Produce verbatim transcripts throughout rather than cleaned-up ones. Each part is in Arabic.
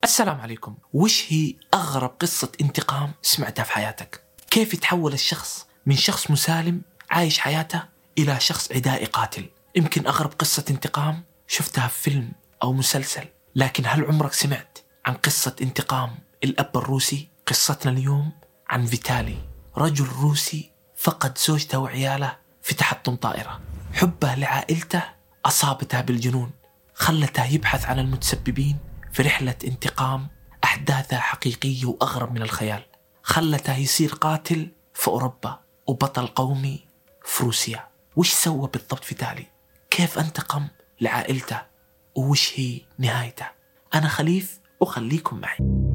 السلام عليكم. وش هي أغرب قصة انتقام سمعتها في حياتك؟ كيف يتحول الشخص من شخص مسالم عايش حياته إلى شخص عدائي قاتل؟ يمكن أغرب قصة انتقام شفتها في فيلم أو مسلسل، لكن هل عمرك سمعت عن قصة انتقام الأب الروسي؟ قصتنا اليوم عن فيتالي، رجل روسي فقد زوجته وعياله في تحطم طائرة. حبه لعائلته أصابته بالجنون، خلته يبحث عن المتسببين في رحلة انتقام أحداثها حقيقية وأغرب من الخيال. خلته يصير قاتل في أوروبا وبطل قومي في روسيا. وش سوى بالضبط فيتالي؟ كيف انتقم لعائلته؟ ووش هي نهايته؟ أنا خليف وخليكم معي.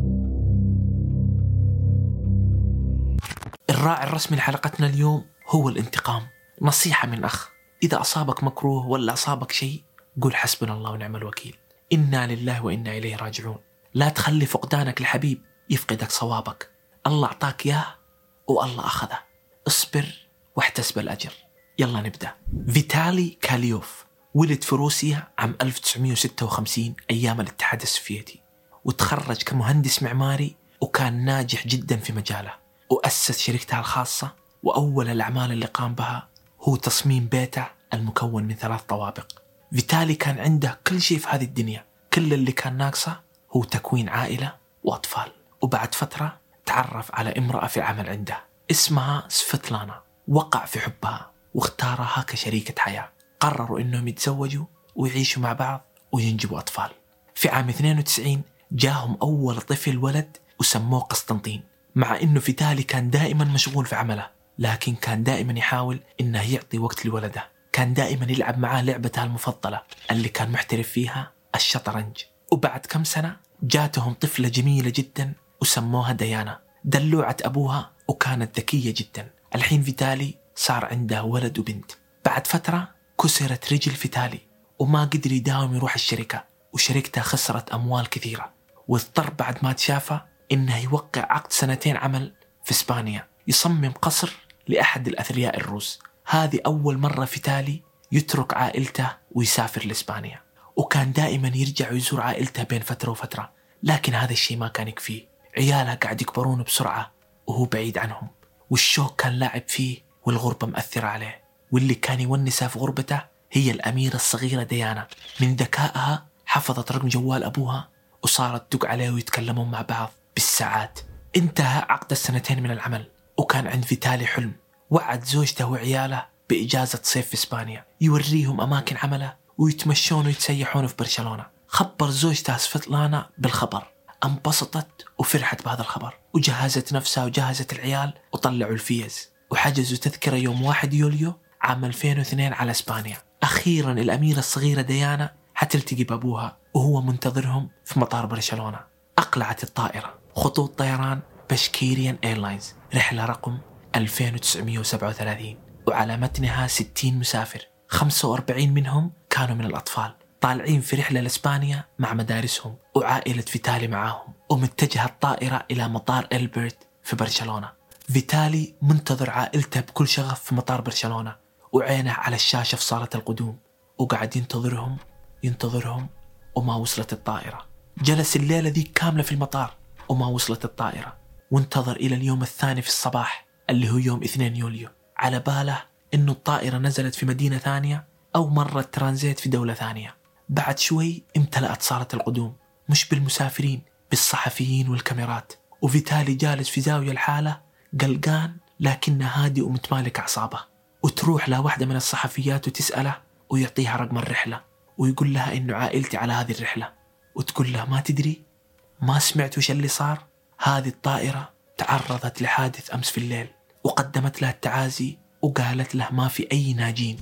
الراعي الرسمي لحلقتنا اليوم هو الانتقام. نصيحة من أخ: إذا أصابك مكروه ولا أصابك شيء قل حسبنا الله ونعم الوكيل، إنا لله وإنا إليه راجعون. لا تخلي فقدانك لحبيب يفقدك صوابك. الله أعطاك إياه والله أخذه، اصبر واحتسب الأجر. يلا نبدأ. فيتالي كاليوف ولد في روسيا عام ألف وتسعمائة وستة وخمسين أيام الاتحاد السوفيتي، وتخرج كمهندس معماري وكان ناجح جدا في مجاله، وأسس شركته الخاصة، وأول الأعمال اللي قام بها هو تصميم بيته المكون من ثلاث طوابق. فيتالي كان عنده كل شيء في هذه الدنيا، كل اللي كان ناقصه هو تكوين عائلة وأطفال. وبعد فترة تعرف على امرأة في العمل عنده اسمها سفيتلانا، وقع في حبها واختارها كشريكة حياة. قرروا إنهم يتزوجوا ويعيشوا مع بعض وينجبوا أطفال. في عام اثنين وتسعين جاهم أول طفل ولد وسموه قسطنطين. مع إنه فيتالي كان دائما مشغول في عمله، لكن كان دائما يحاول إنه يعطي وقت لولده. كان دائما يلعب معاه لعبتها المفضلة اللي كان محترف فيها، الشطرنج. وبعد كم سنة جاتهم طفلة جميلة جدا وسموها ديانا، دلوعة أبوها وكانت ذكية جدا. الحين فيتالي صار عنده ولد وبنت. بعد فترة كسرت رجل فيتالي وما قدر يداوم يروح الشركة، وشركته خسرت أموال كثيرة، واضطر بعد ما تشافى إنه يوقع عقد سنتين عمل في إسبانيا يصمم قصر لأحد الأثرياء الروس. هذه أول مرة فيتالي يترك عائلته ويسافر لإسبانيا، وكان دائما يرجع ويزور عائلته بين فترة وفترة. لكن هذا الشيء ما كان يكفيه، عياله قاعد يكبرون بسرعة وهو بعيد عنهم، والشوق كان لاعب فيه والغربة مأثرة عليه. واللي كان يونسها في غربته هي الأميرة الصغيرة ديانا. من ذكائها حفظت رقم جوال أبوها وصارت تدق عليه ويتكلمون مع بعض بالساعات. انتهى عقد السنتين من العمل، وكان عند فيتالي حلم. وعد زوجته وعياله بإجازة صيف في إسبانيا يوريهم أماكن عمله ويتمشون ويتسيحون في برشلونة. خبر زوجته سفيتلانا بالخبر، انبسطت وفرحت بهذا الخبر، وجهزت نفسها وجهزت العيال وطلعوا الفيز وحجزوا تذكرة يوم واحد يوليو عام ألفين واثنين على إسبانيا. أخيرا الأميرة الصغيرة ديانا حتلتقي بأبوها وهو منتظرهم في مطار برشلونة. أقلعت الطائرة خطوط طيران بشكيريان إيرلاينز، رحلة رقم ألفين وتسعمائة وسبعة وثلاثين، وعلى متنها ستين مسافر، خمسة وأربعين منهم كانوا من الأطفال، طالعين في رحلة لإسبانيا مع مدارسهم، وعائلة فيتالي معاهم. ومتجهة الطائرة إلى مطار إلبرت في برشلونة. فيتالي منتظر عائلته بكل شغف في مطار برشلونة، وعينه على الشاشة في صالة القدوم، وقاعد ينتظرهم ينتظرهم وما وصلت الطائرة. جلس الليلة ذي كاملة في المطار وما وصلت الطائرة، وانتظر إلى اليوم الثاني في الصباح اللي هو يوم اثنين يوليو، على باله إنه الطائرة نزلت في مدينة ثانية أو مرت ترانزيت في دولة ثانية. بعد شوي امتلأت صالة القدوم مش بالمسافرين، بالصحفيين والكاميرات. وفيتالي جالس في زاوية الحالة قلقان لكنه هادي ومتمالك أعصابه. وتروح له واحدة من الصحفيات وتسأله ويعطيها رقم الرحلة ويقول لها إنه عائلتي على هذه الرحلة، وتقول له ما تدري، ما سمعت وش اللي صار؟ هذه الطائرة تعرضت لحادث أمس في الليل. وقدمت له التعازي وقالت له ما في أي ناجين.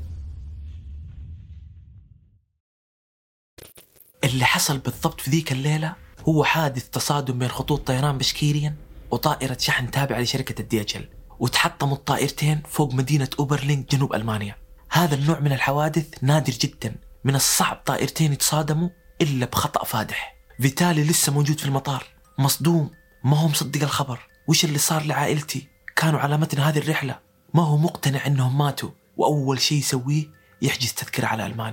اللي حصل بالضبط في ذيك الليلة هو حادث تصادم بين خطوط طيران بشكيريان وطائرة شحن تابعة لشركة الدي اتش ال، وتحطموا الطائرتين فوق مدينة أوبرلينغ جنوب ألمانيا. هذا النوع من الحوادث نادر جدا، من الصعب طائرتين يتصادموا إلا بخطأ فادح. فيتالي لسه موجود في المطار مصدوم، ما هو مصدق الخبر. وش اللي صار لعائلتي؟ كانوا على متن هذه الرحلة. ما هو مقتنع أنهم ماتوا، وأول شيء يسويه يحجز تذكرة على ألمانيا.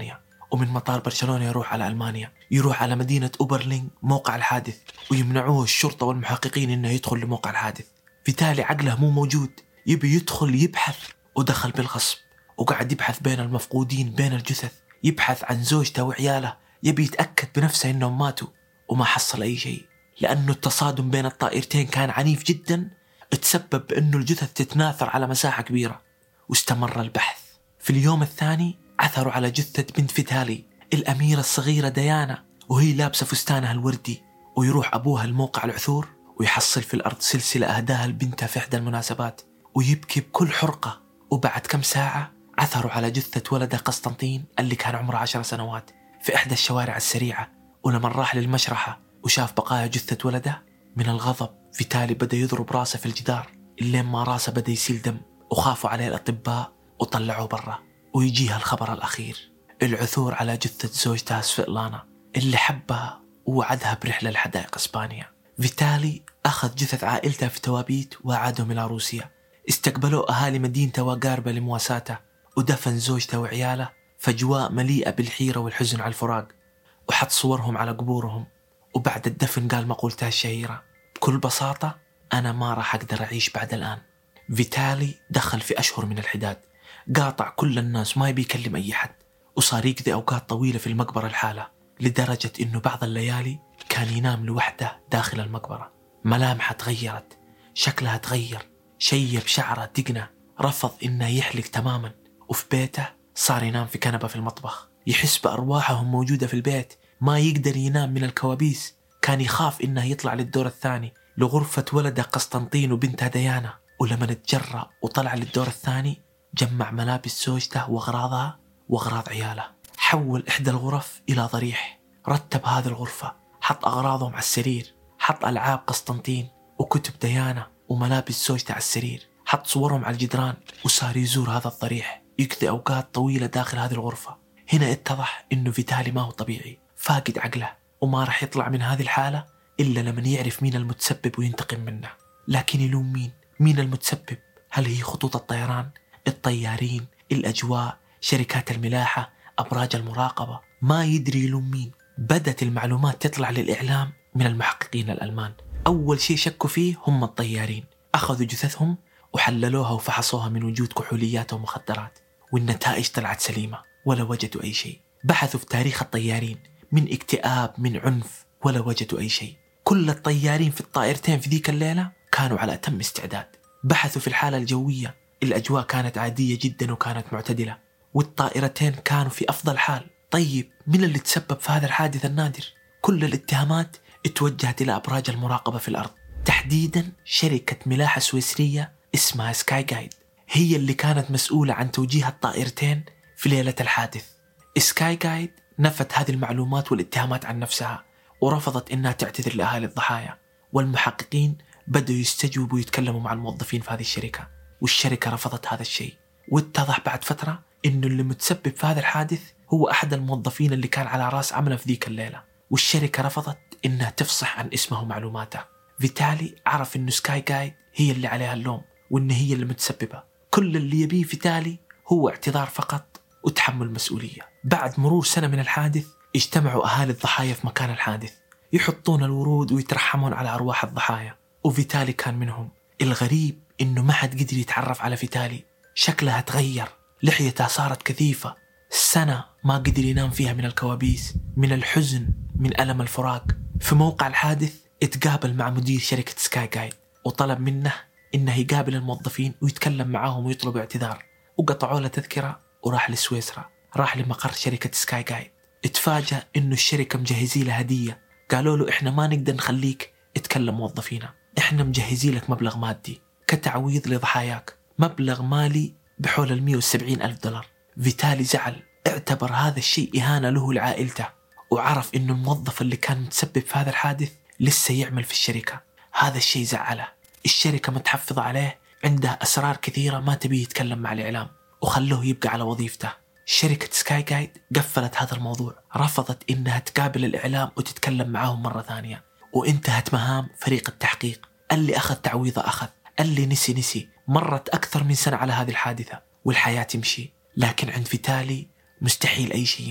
ومن مطار برشلونة يروح على ألمانيا، يروح على مدينة أوبرلينغ موقع الحادث، ويمنعوه الشرطة والمحققين إنه يدخل لموقع الحادث. فيتالي عقله مو موجود، يبي يدخل يبحث، ودخل بالغصب وقعد يبحث بين المفقودين بين الجثث، يبحث عن زوجته وعياله، يبي يتأكد بنفسه إنهم ماتوا، وما حصل أي شيء، لأنه التصادم بين الطائرتين كان عنيف جدا، تسبب بأنه الجثث تتناثر على مساحة كبيرة. واستمر البحث. في اليوم الثاني عثروا على جثة بنت فيتالي الأميرة الصغيرة ديانا، وهي لابسة فستانها الوردي. ويروح أبوها الموقع العثور ويحصل في الأرض سلسلة أهداها لبنتها في إحدى المناسبات، ويبكي بكل حرقة. وبعد كم ساعة عثروا على جثة ولده قسطنطين اللي كان عمره عشر سنوات في إحدى الشوارع السريعة. ولما راح للمشرحة وشاف بقايا جثة ولده، من الغضب فيتالي بدأ يضرب راسه في الجدار، اللين ما راسه بدأ يسيل دم، وخافوا عليه الأطباء وطلعوه برا. ويجيها الخبر الأخير، العثور على جثة زوجتها سفيتلانا اللي حبها ووعدها برحلة لحدائق إسبانيا. فيتالي أخذ جثث عائلته في توابيت وعادهم إلى روسيا. استقبلوا أهالي مدينته وقاربة لمواساته، ودفن زوجته وعياله في أجواء مليئة بالحيرة والحزن على الفراق، وحط صورهم على قبورهم. وبعد الدفن قال مقولته الشهيرة: بكل بساطة أنا ما راح أقدر أعيش بعد الآن. فيتالي دخل في أشهر من الحداد، قاطع كل الناس، ما يبي يكلم أي حد، وصار يقضي أوقات طويلة في المقبرة الحالة، لدرجة إنه بعض الليالي كان ينام لوحده داخل المقبرة. ملامحه تغيرت، شكلها تغير، شيب شعره دقنة، رفض إنه يحلق تماما. وفي بيته صار ينام في كنبة في المطبخ، يحس بأرواحهم موجودة في البيت، ما يقدر ينام من الكوابيس. كان يخاف إنه يطلع للدور الثاني لغرفة ولده قسطنطين وبنتها ديانا. ولما نتجرأ وطلع للدور الثاني، جمع ملابس زوجته وأغراضها وأغراض عياله، حول إحدى الغرف إلى ضريح، رتب هذه الغرفة، حط أغراضهم على السرير، حط ألعاب قسطنطين وكتب ديانا وملابس زوجته على السرير، حط صورهم على الجدران، وصار يزور هذا الضريح، يقضي أوقات طويلة داخل هذه الغرفة. هنا اتضح إنه فيتالي ما هو طبيعي، فاقد عقله، وما راح يطلع من هذه الحالة إلا لمن يعرف مين المتسبب وينتقم منه. لكن يلوم مين؟ مين المتسبب؟ هل هي خطوط الطيران، الطيارين، الأجواء، شركات الملاحة، أبراج المراقبة؟ ما يدري يلوم مين. بدت المعلومات تطلع للإعلام من المحققين الألمان. أول شيء شكوا فيه هم الطيارين، أخذوا جثثهم وحللوها وفحصوها من وجود كحوليات ومخدرات، والنتائج طلعت سليمة ولا وجدوا أي شيء. بحثوا في تاريخ الطيارين، من اكتئاب، من عنف، ولا وجدوا أي شيء. كل الطيارين في الطائرتين في ذيك الليلة كانوا على أتم استعداد. بحثوا في الحالة الجوية، الأجواء كانت عادية جدا وكانت معتدلة، والطائرتين كانوا في أفضل حال. طيب من اللي تسبب في هذا الحادث النادر؟ كل الاتهامات اتوجهت إلى أبراج المراقبة في الأرض، تحديدا شركة ملاحة سويسرية اسمها سكاي جايد، هي اللي كانت مسؤولة عن توجيه الطائرتين في ليلة الحادث. سكاي جايد نفت هذه المعلومات والاتهامات عن نفسها، ورفضت إنها تعتذر لأهالي الضحايا. والمحققين بدأوا يستجوبوا ويتكلموا مع الموظفين في هذه الشركة، والشركة رفضت هذا الشيء. واتضح بعد فترة إنه اللي متسبب في هذا الحادث هو أحد الموظفين اللي كان على رأس عمله في ذيك الليلة، والشركة رفضت إنها تفصح عن اسمه ومعلوماته. فيتالي عرف إنه سكاي جايد هي اللي عليها اللوم، وإن هي اللي متسببة. كل اللي يبيه فيتالي هو اعتذار فقط وتحمل مسؤولية. بعد مرور سنة من الحادث اجتمعوا أهالي الضحايا في مكان الحادث، يحطون الورود ويترحمون على أرواح الضحايا، وفيتالي كان منهم. الغريب إنه ما حد قدر يتعرف على فيتالي، شكلها تغير، لحيتها صارت كثيفة، سنة ما قدر ينام فيها من الكوابيس، من الحزن، من ألم الفراق. في موقع الحادث اتقابل مع مدير شركة سكاي جايد، وطلب منه إنه يقابل الموظفين ويتكلم معاهم ويطلب اعتذار. وقطعوا له تذكرة وراح لسويسرا، راح لمقر شركة سكاي جايد. اتفاجأ إنه الشركة مجهزي له هدية، قالوا له إحنا ما نقدر نخليك تكلم موظفينا، إحنا مجهزي لك مبلغ مادي كتعويض لضحاياك، مبلغ مالي بحول المية وسبعين ألف دولار. فيتالي زعل، اعتبر هذا الشيء إهانة له لعائلته، وعرف إنه الموظف اللي كان متسبب في هذا الحادث لسه يعمل في الشركة. هذا الشيء زعله. الشركة متحفظة عليه، عنده أسرار كثيرة ما تبيه يتكلم مع الإعلام، وخلوه يبقى على وظيفته. شركة سكاي جايد قفلت هذا الموضوع، رفضت إنها تقابل الإعلام وتتكلم معهم مرة ثانية، وانتهت مهام فريق التحقيق. اللي أخذ تعويضه أخذ، اللي نسي نسي. مرت أكثر من سنة على هذه الحادثة والحياة تمشي، لكن عند فيتالي مستحيل أي شيء يمشي.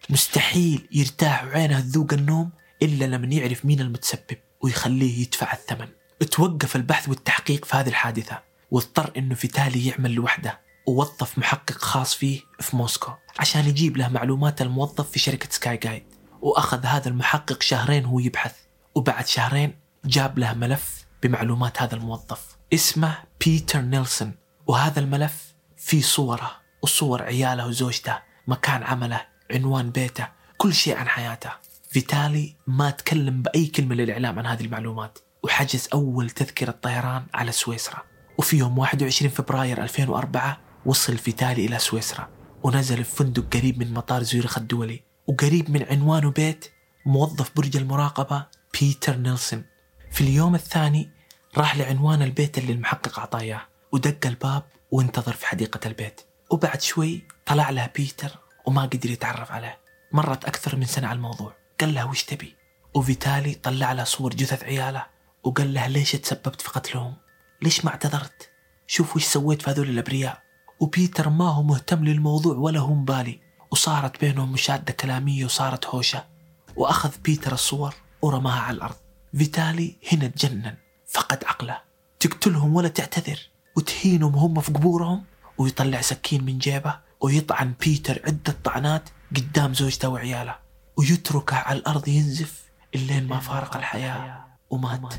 مستحيل يرتاح وعينه تذوق النوم إلا لما يعرف مين المتسبب ويخليه يدفع الثمن. توقف البحث والتحقيق في هذه الحادثة، واضطر إنه فيتالي يعمل لوحده، ووظف محقق خاص فيه في موسكو عشان يجيب له معلومات الموظف في شركة سكاي جايد. وأخذ هذا المحقق شهرين هو يبحث، وبعد شهرين جاب له ملف بمعلومات هذا الموظف اسمه بيتر نيلسون. وهذا الملف فيه صوره وصور عياله وزوجته، مكان عمله، عنوان بيته، كل شيء عن حياته. فيتالي ما تكلم بأي كلمة للإعلام عن هذه المعلومات، وحجز أول تذكرة طيران على سويسرا. وفي يوم واحد وعشرين فبراير ألفين وأربعة وصل فيتالي إلى سويسرا، ونزل في فندق قريب من مطار زيورخ الدولي، وقريب من عنوانه بيت موظف برج المراقبة بيتر نيلسون. في اليوم الثاني راح لعنوان البيت اللي المحقق عطاياه، ودق الباب وانتظر في حديقة البيت. وبعد شوي طلع له بيتر وما قدر يتعرف عليه. مرت أكثر من سنة على الموضوع. قال له وش تبي؟ وفيتالي طلع له صور جثث عياله وقال له ليش تسببت في قتلهم؟ ليش ما اعتذرت؟ شوف وش سويت في هذول الأبرياء. وبيتر ما هو مهتم للموضوع ولا هو مبالي، وصارت بينهم مشادة كلامية وصارت هوشة. وأخذ بيتر الصور ورماها على الأرض. فيتالي هنا تجنن، فقد عقله. تقتلهم ولا تعتذر، وتهينهم هم في قبورهم. ويطلع سكين من جيبه ويطعن بيتر عدة طعنات قدام زوجته وعياله، ويتركه على الأرض ينزف اللين ما فارق الحياة ومات.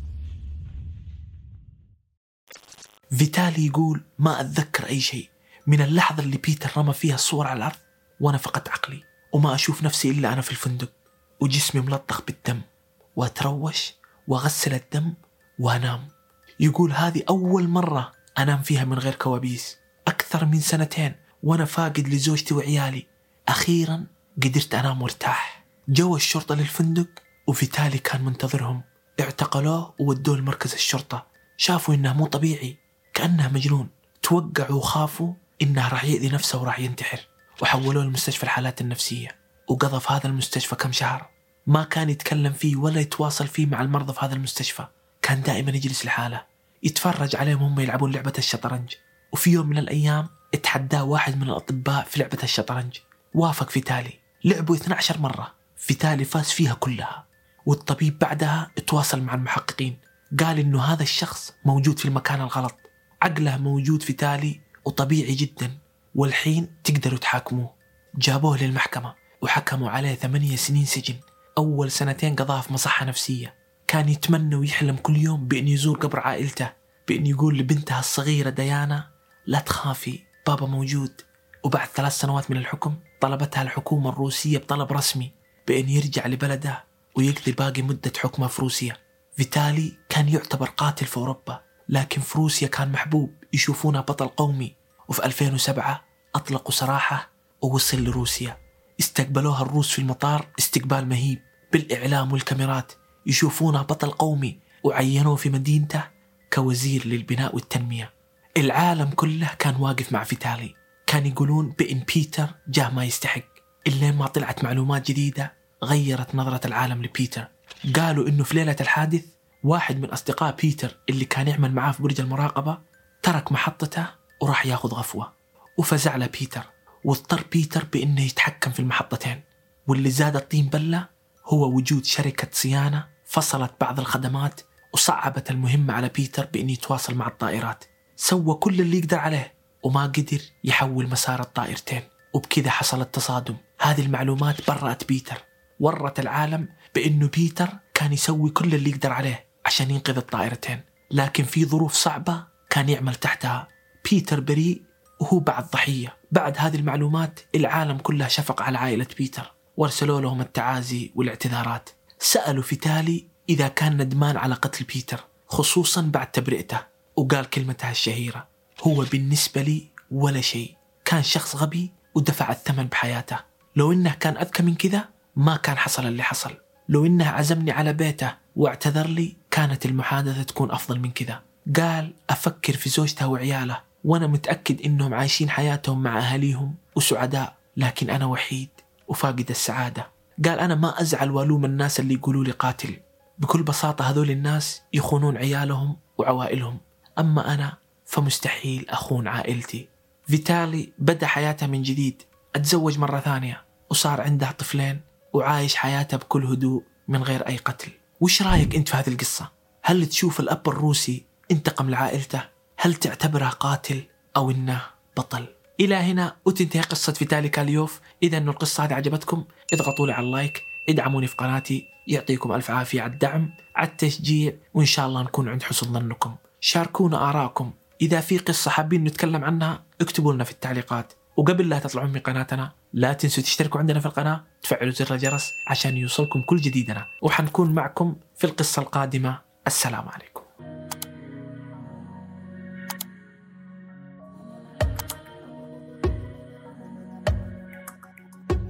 فيتالي يقول ما أتذكر أي شيء من اللحظة اللي بيتر رمى فيها الصور على الأرض، وأنا فقدت عقلي وما أشوف نفسي إلا أنا في الفندق، وجسمي ملطخ بالدم، وأتروش وأغسل الدم وأنام. يقول هذه أول مرة أنام فيها من غير كوابيس، أكثر من سنتين وأنا فاقد لزوجتي وعيالي. أخيرا قدرت أنام وارتاح. جو الشرطة للفندق وفيتالي كان منتظرهم. اعتقلوه وودوه لمركز الشرطة. شافوا إنه مو طبيعي، كأنه مجنون. توقعوا وخافوا إنه راح يأذي نفسه وراح ينتحر، وحولوه لمستشفى الحالات النفسية. وقضى في هذا المستشفى كم شهر. ما كان يتكلم فيه ولا يتواصل فيه مع المرضى في هذا المستشفى، كان دائما يجلس لحاله يتفرج عليهم هم يلعبون لعبة الشطرنج. وفي يوم من الأيام اتحداه واحد من الأطباء في لعبة الشطرنج. وافق فيتالي، لعبوا اثنتي عشرة مرة، فيتالي فاز فيها كلها. والطبيب بعدها تواصل مع المحققين، قال إنه هذا الشخص موجود في المكان الغلط، عقله موجود فيتالي وطبيعي جدا، والحين تقدروا تحاكموه. جابوه للمحكمة وحكموا عليه ثمانية سنين سجن. أول سنتين قضاها في مصحة نفسية. كان يتمنى ويحلم كل يوم بأن يزور قبر عائلته، بأن يقول لبنتها الصغيرة ديانا لا تخافي بابا موجود. وبعد ثلاث سنوات من الحكم طلبتها الحكومة الروسية بطلب رسمي بأن يرجع لبلده ويقضي باقي مدة حكمه في روسيا. فيتالي كان يعتبر قاتل في أوروبا، لكن في روسيا كان محبوب، يشوفونه بطل قومي. وفي ألفين وسبعة أطلقوا سراحه ووصل لروسيا. استقبلوها الروس في المطار استقبال مهيب، بالإعلام والكاميرات يشوفونه بطل قومي، وعينوه في مدينته كوزير للبناء والتنمية. العالم كله كان واقف مع فيتالي. كان يقولون بأن بيتر جاه ما يستحق، إلا ما طلعت معلومات جديدة غيرت نظرة العالم لبيتر. قالوا إنه في ليلة الحادث واحد من أصدقاء بيتر اللي كان يعمل معاه في برج المراقبة ترك محطته وراح ياخذ غفوة، وفزع له بيتر. واضطر بيتر بأنه يتحكم في المحطتين. واللي زاد الطين بلة هو وجود شركة صيانة فصلت بعض الخدمات وصعبت المهمة على بيتر بأن يتواصل مع الطائرات. سوى كل اللي يقدر عليه وما قدر يحول مسار الطائرتين، وبكذا حصل التصادم. هذه المعلومات برأت بيتر، ورت العالم بأنه بيتر كان يسوي كل اللي يقدر عليه عشان ينقذ الطائرتين، لكن في ظروف صعبة كان يعمل تحتها. بيتر بريء وهو بعد ضحية. بعد هذه المعلومات العالم كله شفق على عائلة بيتر، وارسلوا لهم التعازي والاعتذارات. سألوا فيتالي إذا كان ندمان على قتل بيتر، خصوصا بعد تبرئته، وقال كلمتها الشهيرة: هو بالنسبة لي ولا شيء، كان شخص غبي ودفع الثمن بحياته. لو إنه كان أذكى من كذا ما كان حصل اللي حصل. لو إنه عزمني على بيته واعتذر لي كانت المحادثة تكون أفضل من كذا. قال أفكر في زوجته وعياله، وأنا متأكد إنهم عايشين حياتهم مع أهاليهم وسعداء، لكن أنا وحيد وفاقد السعادة. قال أنا ما أزعل والوم الناس اللي يقولوا لي قاتل، بكل بساطة هذول الناس يخونون عيالهم وعوائلهم، أما أنا فمستحيل أخون عائلتي. فيتالي بدأ حياته من جديد، أتزوج مرة ثانية وصار عنده طفلين وعايش حياته بكل هدوء من غير أي قتل. وش رأيك أنت في هذه القصة؟ هل تشوف الأب الروسي انتقم لعائلته؟ هل تعتبره قاتل أو إنه بطل؟ إلى هنا وتنتهي قصة فيتالي كاليوف. إذا أن القصة هذه عجبتكم اضغطوا لي على اللايك، ادعموني في قناتي، يعطيكم ألف عافية على الدعم على التشجيع، وإن شاء الله نكون عند حسن ظنكم. شاركونا آراءكم، إذا في قصة حابين نتكلم عنها اكتبوا لنا في التعليقات. وقبل لا تطلعون من قناتنا لا تنسوا تشتركوا عندنا في القناة، تفعلوا زر الجرس عشان يوصلكم كل جديدنا، وحنكون معكم في القصة القادمة. السلام عليكم.